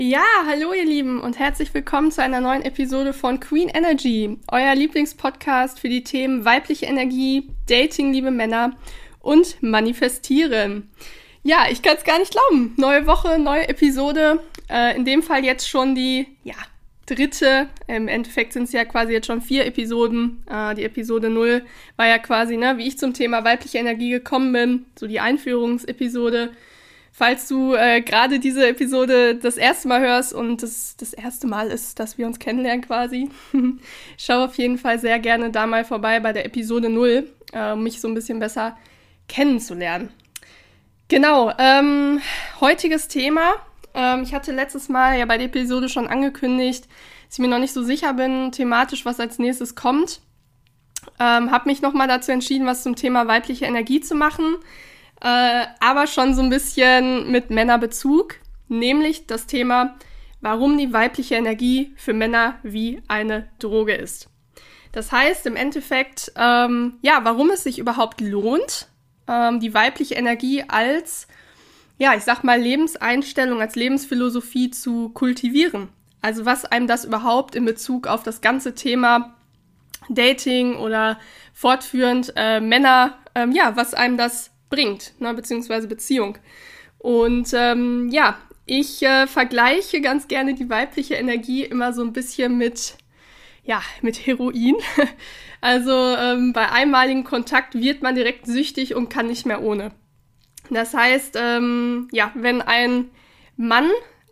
Ja, hallo ihr Lieben und herzlich willkommen zu einer neuen Episode von Queen Energy, euer Lieblingspodcast für die Themen weibliche Energie, Dating, liebe Männer und Manifestieren. Ja, ich kann es gar nicht glauben. Neue Woche, neue Episode. In dem Fall jetzt schon die dritte. Im Endeffekt sind es ja quasi jetzt schon 4 Episoden. Die Episode 0 war ja quasi, wie ich zum Thema weibliche Energie gekommen bin. So die Einführungsepisode. Falls du gerade diese Episode das erste Mal hörst und das erste Mal ist, dass wir uns kennenlernen quasi, schau auf jeden Fall sehr gerne da mal vorbei bei der Episode 0, um mich so ein bisschen besser kennenzulernen. Genau, heutiges Thema. Ich hatte letztes Mal ja bei der Episode schon angekündigt, dass ich mir noch nicht so sicher bin, thematisch, was als nächstes kommt. Habe mich nochmal dazu entschieden, was zum Thema weibliche Energie zu machen. Aber schon so ein bisschen mit Männerbezug, nämlich das Thema, warum die weibliche Energie für Männer wie eine Droge ist. Das heißt im Endeffekt, warum es sich überhaupt lohnt, die weibliche Energie als, Lebenseinstellung, als Lebensphilosophie zu kultivieren. Also was einem das überhaupt in Bezug auf das ganze Thema Dating oder fortführend Männer, was einem das bringt, beziehungsweise Beziehung. Und ich vergleiche ganz gerne die weibliche Energie immer so ein bisschen mit Heroin. Also bei einmaligem Kontakt wird man direkt süchtig und kann nicht mehr ohne. Das heißt, wenn ein Mann,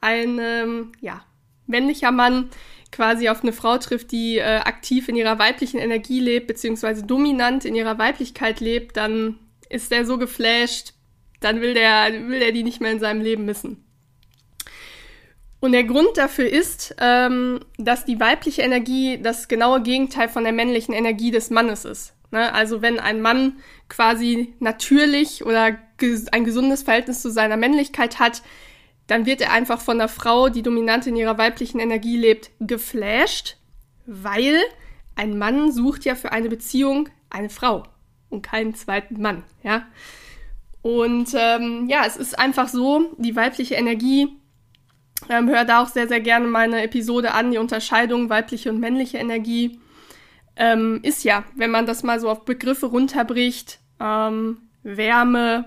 männlicher Mann quasi auf eine Frau trifft, die aktiv in ihrer weiblichen Energie lebt, beziehungsweise dominant in ihrer Weiblichkeit lebt, dann ist der so geflasht, dann will der die nicht mehr in seinem Leben missen. Und der Grund dafür ist, dass die weibliche Energie das genaue Gegenteil von der männlichen Energie des Mannes ist. Ne? Also wenn ein Mann quasi natürlich oder ein gesundes Verhältnis zu seiner Männlichkeit hat, dann wird er einfach von einer Frau, die dominant in ihrer weiblichen Energie lebt, geflasht, weil ein Mann sucht ja für eine Beziehung eine Frau und keinen zweiten Mann, ja. Und es ist einfach so, die weibliche Energie, hör da auch sehr, sehr gerne meine Episode an, die Unterscheidung weibliche und männliche Energie, ist ja, wenn man das mal so auf Begriffe runterbricht, Wärme,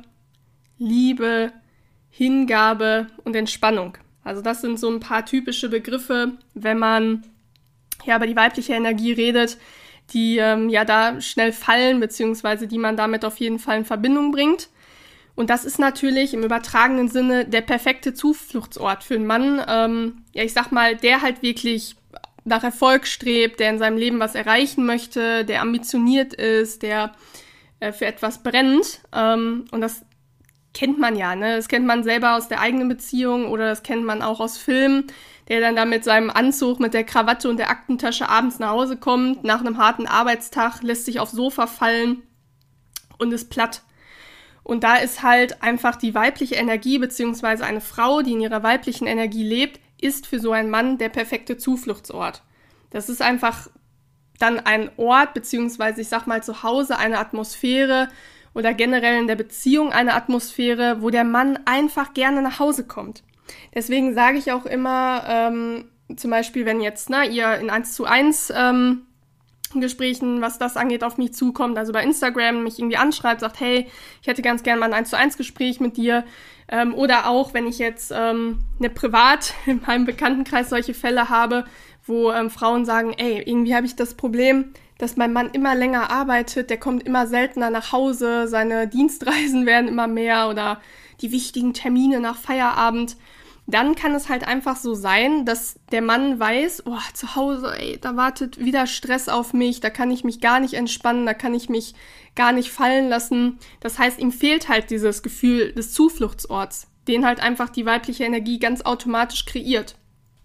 Liebe, Hingabe und Entspannung. Also das sind so ein paar typische Begriffe, wenn man über die weibliche Energie redet, die da schnell fallen, beziehungsweise die man damit auf jeden Fall in Verbindung bringt. Und das ist natürlich im übertragenen Sinne der perfekte Zufluchtsort für einen Mann, der halt wirklich nach Erfolg strebt, der in seinem Leben was erreichen möchte, der ambitioniert ist, der für etwas brennt. Und das kennt man ja, ne? Das kennt man selber aus der eigenen Beziehung oder das kennt man auch aus Filmen, der dann da mit seinem Anzug, mit der Krawatte und der Aktentasche abends nach Hause kommt, nach einem harten Arbeitstag, lässt sich aufs Sofa fallen und ist platt. Und da ist halt einfach die weibliche Energie, beziehungsweise eine Frau, die in ihrer weiblichen Energie lebt, ist für so einen Mann der perfekte Zufluchtsort. Das ist einfach dann ein Ort, beziehungsweise zu Hause eine Atmosphäre oder generell in der Beziehung eine Atmosphäre, wo der Mann einfach gerne nach Hause kommt. Deswegen sage ich auch immer, zum Beispiel, wenn jetzt ihr in 1:1 Gesprächen, was das angeht, auf mich zukommt, also bei Instagram mich irgendwie anschreibt, sagt, hey, ich hätte ganz gerne mal ein 1:1 Gespräch mit dir. Oder auch, wenn ich jetzt privat in meinem Bekanntenkreis solche Fälle habe, wo Frauen sagen, ey, irgendwie habe ich das Problem, dass mein Mann immer länger arbeitet, der kommt immer seltener nach Hause, seine Dienstreisen werden immer mehr oder die wichtigen Termine nach Feierabend. Dann kann es halt einfach so sein, dass der Mann weiß, zu Hause, da wartet wieder Stress auf mich, da kann ich mich gar nicht entspannen, da kann ich mich gar nicht fallen lassen. Das heißt, ihm fehlt halt dieses Gefühl des Zufluchtsorts, den halt einfach die weibliche Energie ganz automatisch kreiert.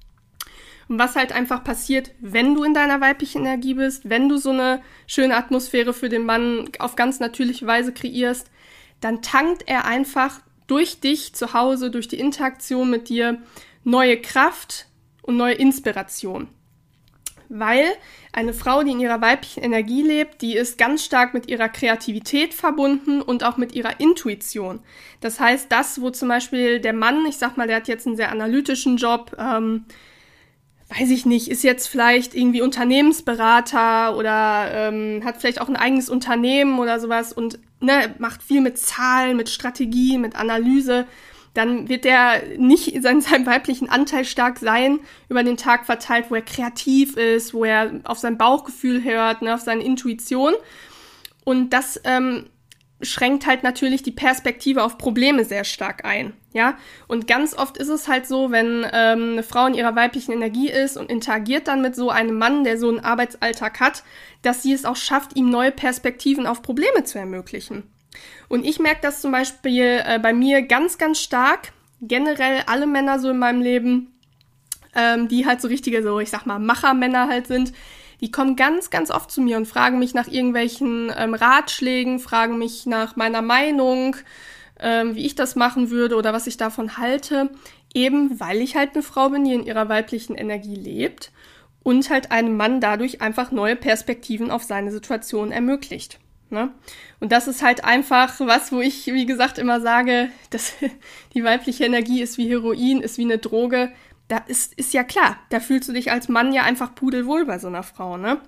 Und was halt einfach passiert, wenn du in deiner weiblichen Energie bist, wenn du so eine schöne Atmosphäre für den Mann auf ganz natürliche Weise kreierst, dann tankt er einfach durch dich zu Hause, durch die Interaktion mit dir, neue Kraft und neue Inspiration. weil eine Frau, die in ihrer weiblichen Energie lebt, die ist ganz stark mit ihrer Kreativität verbunden und auch mit ihrer Intuition. Das heißt, das, wo zum Beispiel der Mann, ich sag mal, der hat jetzt einen sehr analytischen Job, weiß ich nicht, ist jetzt vielleicht irgendwie Unternehmensberater oder hat vielleicht auch ein eigenes Unternehmen oder sowas und macht viel mit Zahlen, mit Strategie, mit Analyse, dann wird er nicht in seinem weiblichen Anteil stark sein, über den Tag verteilt, wo er kreativ ist, wo er auf sein Bauchgefühl hört, auf seine Intuition. Und das schränkt halt natürlich die Perspektive auf Probleme sehr stark ein. Ja? Und ganz oft ist es halt so, wenn eine Frau in ihrer weiblichen Energie ist und interagiert dann mit so einem Mann, der so einen Arbeitsalltag hat, dass sie es auch schafft, ihm neue Perspektiven auf Probleme zu ermöglichen. Und ich merke das zum Beispiel bei mir ganz, ganz stark. Generell alle Männer so in meinem Leben, die halt so richtige, so ich sag mal, Machermänner halt sind, die kommen ganz, ganz oft zu mir und fragen mich nach irgendwelchen Ratschlägen, fragen mich nach meiner Meinung, wie ich das machen würde oder was ich davon halte. Eben weil ich halt eine Frau bin, die in ihrer weiblichen Energie lebt und halt einem Mann dadurch einfach neue Perspektiven auf seine Situation ermöglicht. Ne? Und das ist halt einfach was, wo ich, wie gesagt, immer sage, dass die weibliche Energie ist wie Heroin, ist wie eine Droge. Da ist ja klar, da fühlst du dich als Mann ja einfach pudelwohl bei so einer Frau, ne?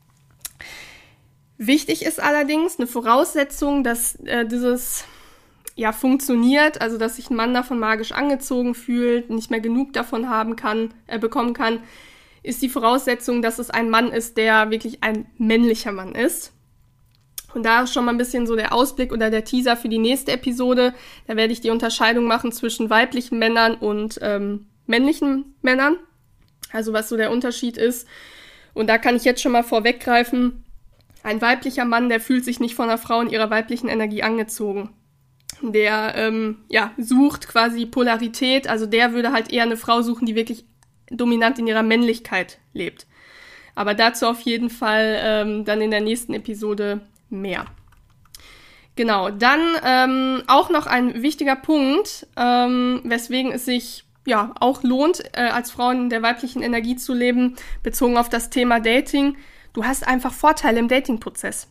Wichtig ist allerdings eine Voraussetzung, dass dieses ja funktioniert, also dass sich ein Mann davon magisch angezogen fühlt, nicht mehr genug davon bekommen kann, ist die Voraussetzung, dass es ein Mann ist, der wirklich ein männlicher Mann ist. Und da ist schon mal ein bisschen so der Ausblick oder der Teaser für die nächste Episode. Da werde ich die Unterscheidung machen zwischen weiblichen Männern und männlichen Männern. Also was so der Unterschied ist. Und da kann ich jetzt schon mal vorweggreifen. Ein weiblicher Mann, der fühlt sich nicht von einer Frau in ihrer weiblichen Energie angezogen. Der sucht quasi Polarität. Also der würde halt eher eine Frau suchen, die wirklich dominant in ihrer Männlichkeit lebt. Aber dazu auf jeden Fall dann in der nächsten Episode mehr. Genau, dann auch noch ein wichtiger Punkt, weswegen es sich ja auch lohnt, als Frau in der weiblichen Energie zu leben, bezogen auf das Thema Dating. Du hast einfach Vorteile im Dating-Prozess.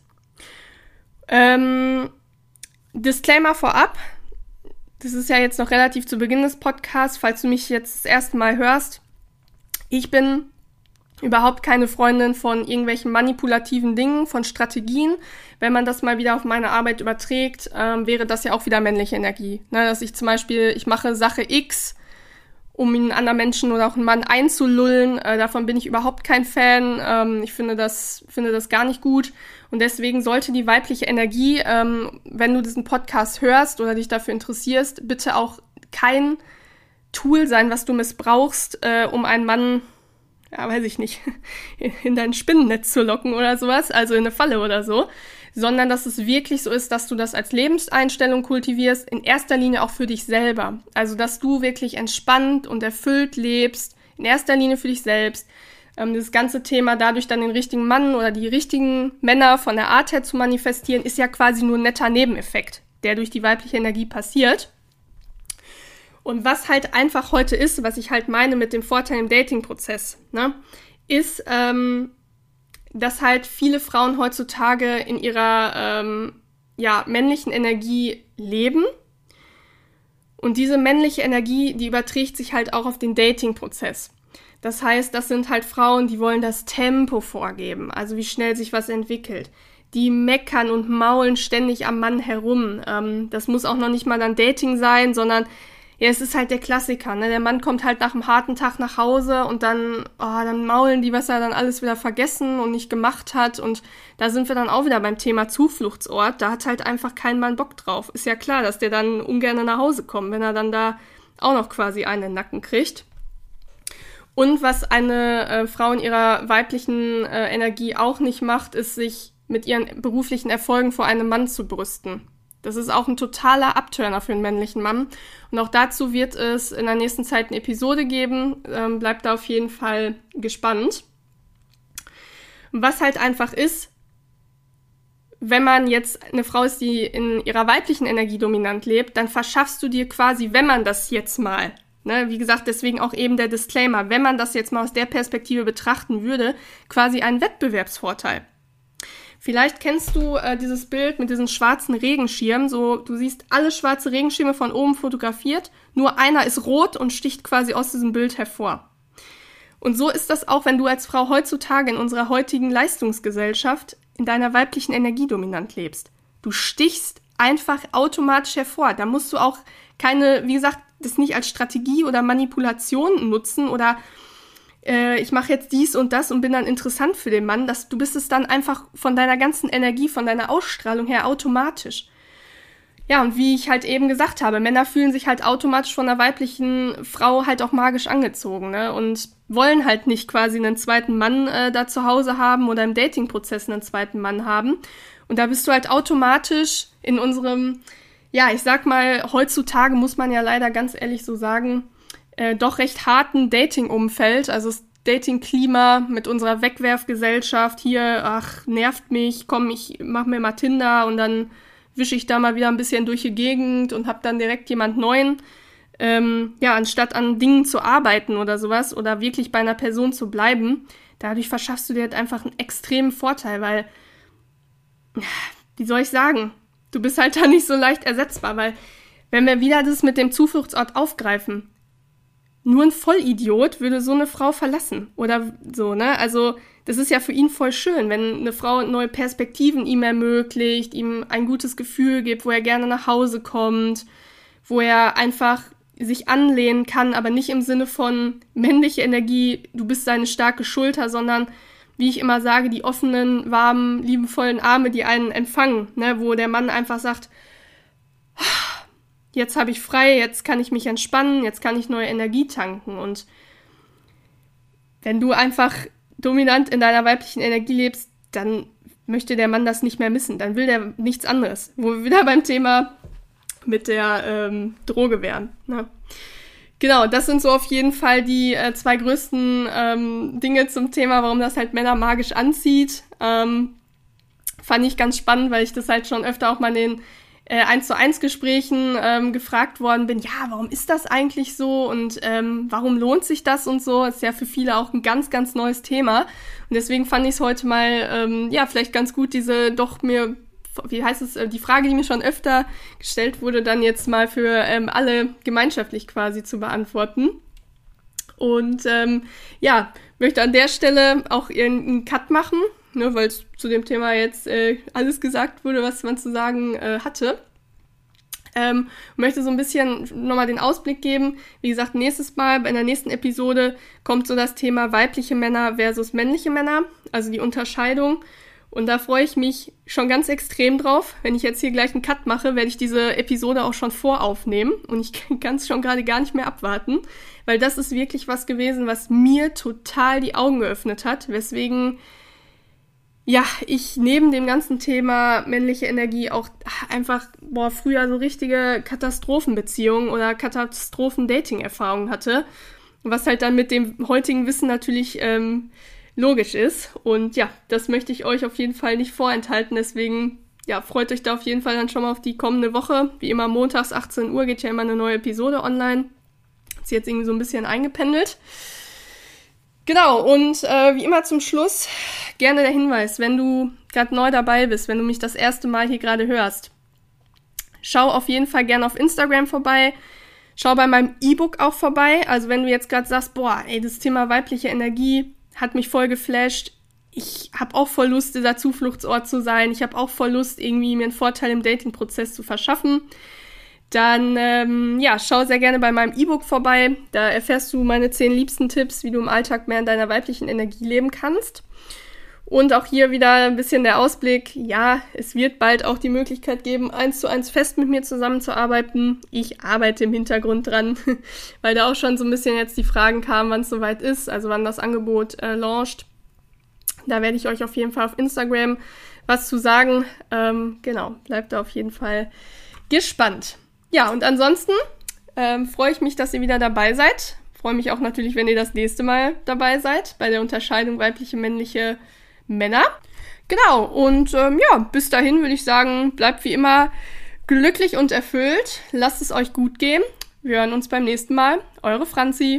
Disclaimer vorab, das ist ja jetzt noch relativ zu Beginn des Podcasts, falls du mich jetzt das erste Mal hörst. Ich bin überhaupt keine Freundin von irgendwelchen manipulativen Dingen, von Strategien. Wenn man das mal wieder auf meine Arbeit überträgt, wäre das ja auch wieder männliche Energie. Ne, dass ich zum Beispiel, ich mache Sache X, um einen anderen Menschen oder auch einen Mann einzulullen. Davon bin ich überhaupt kein Fan. Ich finde das gar nicht gut. Und deswegen sollte die weibliche Energie, wenn du diesen Podcast hörst oder dich dafür interessierst, bitte auch kein Tool sein, was du missbrauchst, um einen Mann, ja, weiß ich nicht, in dein Spinnennetz zu locken oder sowas, also in eine Falle oder so, sondern dass es wirklich so ist, dass du das als Lebenseinstellung kultivierst, in erster Linie auch für dich selber. Also, dass du wirklich entspannt und erfüllt lebst, in erster Linie für dich selbst. Das ganze Thema, dadurch dann den richtigen Mann oder die richtigen Männer von der Art her zu manifestieren, ist ja quasi nur ein netter Nebeneffekt, der durch die weibliche Energie passiert. Und was halt einfach heute ist, was ich halt meine mit dem Vorteil im Dating-Prozess, ne, ist, dass halt viele Frauen heutzutage in ihrer männlichen Energie leben. Und diese männliche Energie, die überträgt sich halt auch auf den Dating-Prozess. Das heißt, das sind halt Frauen, die wollen das Tempo vorgeben, also wie schnell sich was entwickelt. Die meckern und maulen ständig am Mann herum. Das muss auch noch nicht mal dann Dating sein, sondern ja, es ist halt der Klassiker, ne? Der Mann kommt halt nach einem harten Tag nach Hause und dann maulen die, was er dann alles wieder vergessen und nicht gemacht hat. Und da sind wir dann auch wieder beim Thema Zufluchtsort. Da hat halt einfach kein Mann Bock drauf. Ist ja klar, dass der dann ungern nach Hause kommt, wenn er dann da auch noch quasi einen in den Nacken kriegt. Und was eine Frau in ihrer weiblichen Energie auch nicht macht, ist, sich mit ihren beruflichen Erfolgen vor einem Mann zu brüsten. Das ist auch ein totaler Abturner für einen männlichen Mann. Und auch dazu wird es in der nächsten Zeit eine Episode geben. Bleibt da auf jeden Fall gespannt. Was halt einfach ist, wenn man jetzt eine Frau ist, die in ihrer weiblichen Energie dominant lebt, dann verschaffst du dir quasi, wenn man das jetzt mal Ne, wie gesagt, deswegen auch eben der Disclaimer. Wenn man das jetzt mal aus der Perspektive betrachten würde, quasi ein Wettbewerbsvorteil. Vielleicht kennst du dieses Bild mit diesen schwarzen Regenschirmen. So, du siehst alle schwarze Regenschirme von oben fotografiert, nur einer ist rot und sticht quasi aus diesem Bild hervor. Und so ist das auch, wenn du als Frau heutzutage in unserer heutigen Leistungsgesellschaft in deiner weiblichen Energie dominant lebst. Du stichst einfach automatisch hervor. Da musst du auch keine, wie gesagt, das nicht als Strategie oder Manipulation nutzen oder ich mache jetzt dies und das und bin dann interessant für den Mann. Du bist es dann einfach von deiner ganzen Energie, von deiner Ausstrahlung her automatisch. Ja, und wie ich halt eben gesagt habe, Männer fühlen sich halt automatisch von einer weiblichen Frau halt auch magisch angezogen, ne? Und wollen halt nicht quasi einen zweiten Mann da zu Hause haben oder im Datingprozess einen zweiten Mann haben. Und da bist du halt automatisch in unserem, ja, ich sag mal, heutzutage muss man ja leider ganz ehrlich so sagen, doch recht harten Dating-Umfeld, also das Dating-Klima mit unserer Wegwerfgesellschaft, hier, ach, nervt mich, komm, ich mach mir mal Tinder und dann wische ich da mal wieder ein bisschen durch die Gegend und hab dann direkt jemand Neuen, ja, anstatt an Dingen zu arbeiten oder sowas oder wirklich bei einer Person zu bleiben, dadurch verschaffst du dir halt einfach einen extremen Vorteil, weil, wie soll ich sagen, du bist halt da nicht so leicht ersetzbar, weil, wenn wir wieder das mit dem Zufluchtsort aufgreifen, nur ein Vollidiot würde so eine Frau verlassen oder so, ne? Also das ist ja für ihn voll schön, wenn eine Frau neue Perspektiven ihm ermöglicht, ihm ein gutes Gefühl gibt, wo er gerne nach Hause kommt, wo er einfach sich anlehnen kann, aber nicht im Sinne von männliche Energie, du bist seine starke Schulter, sondern, wie ich immer sage, die offenen, warmen, liebevollen Arme, die einen empfangen, ne? Wo der Mann einfach sagt, jetzt habe ich frei, jetzt kann ich mich entspannen, jetzt kann ich neue Energie tanken. Und wenn du einfach dominant in deiner weiblichen Energie lebst, dann möchte der Mann das nicht mehr missen. Dann will der nichts anderes. Wo wir wieder beim Thema mit der Droge wären. Ne? Genau, das sind so auf jeden Fall die zwei größten Dinge zum Thema, warum das halt Männer magisch anzieht. Fand ich ganz spannend, weil ich das halt schon öfter auch mal in den 1:1 Gesprächen gefragt worden bin, ja, warum ist das eigentlich so und warum lohnt sich das und so, ist ja für viele auch ein ganz, ganz neues Thema und deswegen fand ich es heute mal, ja, vielleicht ganz gut, diese doch mir, wie heißt es, die Frage, die mir schon öfter gestellt wurde, dann jetzt mal für alle gemeinschaftlich quasi zu beantworten und ja, möchte an der Stelle auch einen Cut machen, ne, weil zu dem Thema jetzt alles gesagt wurde, was man zu sagen hatte. Möchte so ein bisschen nochmal den Ausblick geben. Wie gesagt, nächstes Mal, in der nächsten Episode, kommt so das Thema weibliche Männer versus männliche Männer, also die Unterscheidung. Und da freue ich mich schon ganz extrem drauf. Wenn ich jetzt hier gleich einen Cut mache, werde ich diese Episode auch schon voraufnehmen. Und ich kann es schon gerade gar nicht mehr abwarten, weil das ist wirklich was gewesen, was mir total die Augen geöffnet hat, weswegen ja, ich neben dem ganzen Thema männliche Energie auch einfach, früher so richtige Katastrophenbeziehungen oder Katastrophen-Dating-Erfahrungen hatte, was halt dann mit dem heutigen Wissen natürlich logisch ist. Und ja, das möchte ich euch auf jeden Fall nicht vorenthalten, deswegen, ja, freut euch da auf jeden Fall dann schon mal auf die kommende Woche. Wie immer montags 18 Uhr geht ja immer eine neue Episode online. Ist jetzt irgendwie so ein bisschen eingependelt. Genau, und wie immer zum Schluss gerne der Hinweis, wenn du gerade neu dabei bist, wenn du mich das erste Mal hier gerade hörst, schau auf jeden Fall gerne auf Instagram vorbei, schau bei meinem E-Book auch vorbei, also wenn du jetzt gerade sagst, das Thema weibliche Energie hat mich voll geflasht, ich habe auch voll Lust, dieser Zufluchtsort zu sein, ich habe auch voll Lust, irgendwie mir einen Vorteil im Dating-Prozess zu verschaffen, dann schau sehr gerne bei meinem E-Book vorbei. Da erfährst du meine 10 liebsten Tipps, wie du im Alltag mehr in deiner weiblichen Energie leben kannst. Und auch hier wieder ein bisschen der Ausblick. Ja, es wird bald auch die Möglichkeit geben, 1:1 fest mit mir zusammenzuarbeiten. Ich arbeite im Hintergrund dran, weil da auch schon so ein bisschen jetzt die Fragen kamen, wann es soweit ist, also wann das Angebot launcht. Da werde ich euch auf jeden Fall auf Instagram was zu sagen. Genau, bleibt da auf jeden Fall gespannt. Ja, und ansonsten freue ich mich, dass ihr wieder dabei seid. Freue mich auch natürlich, wenn ihr das nächste Mal dabei seid, bei der Unterscheidung weibliche, männliche Männer. Genau, und bis dahin würde ich sagen, bleibt wie immer glücklich und erfüllt. Lasst es euch gut gehen. Wir hören uns beim nächsten Mal. Eure Franzi.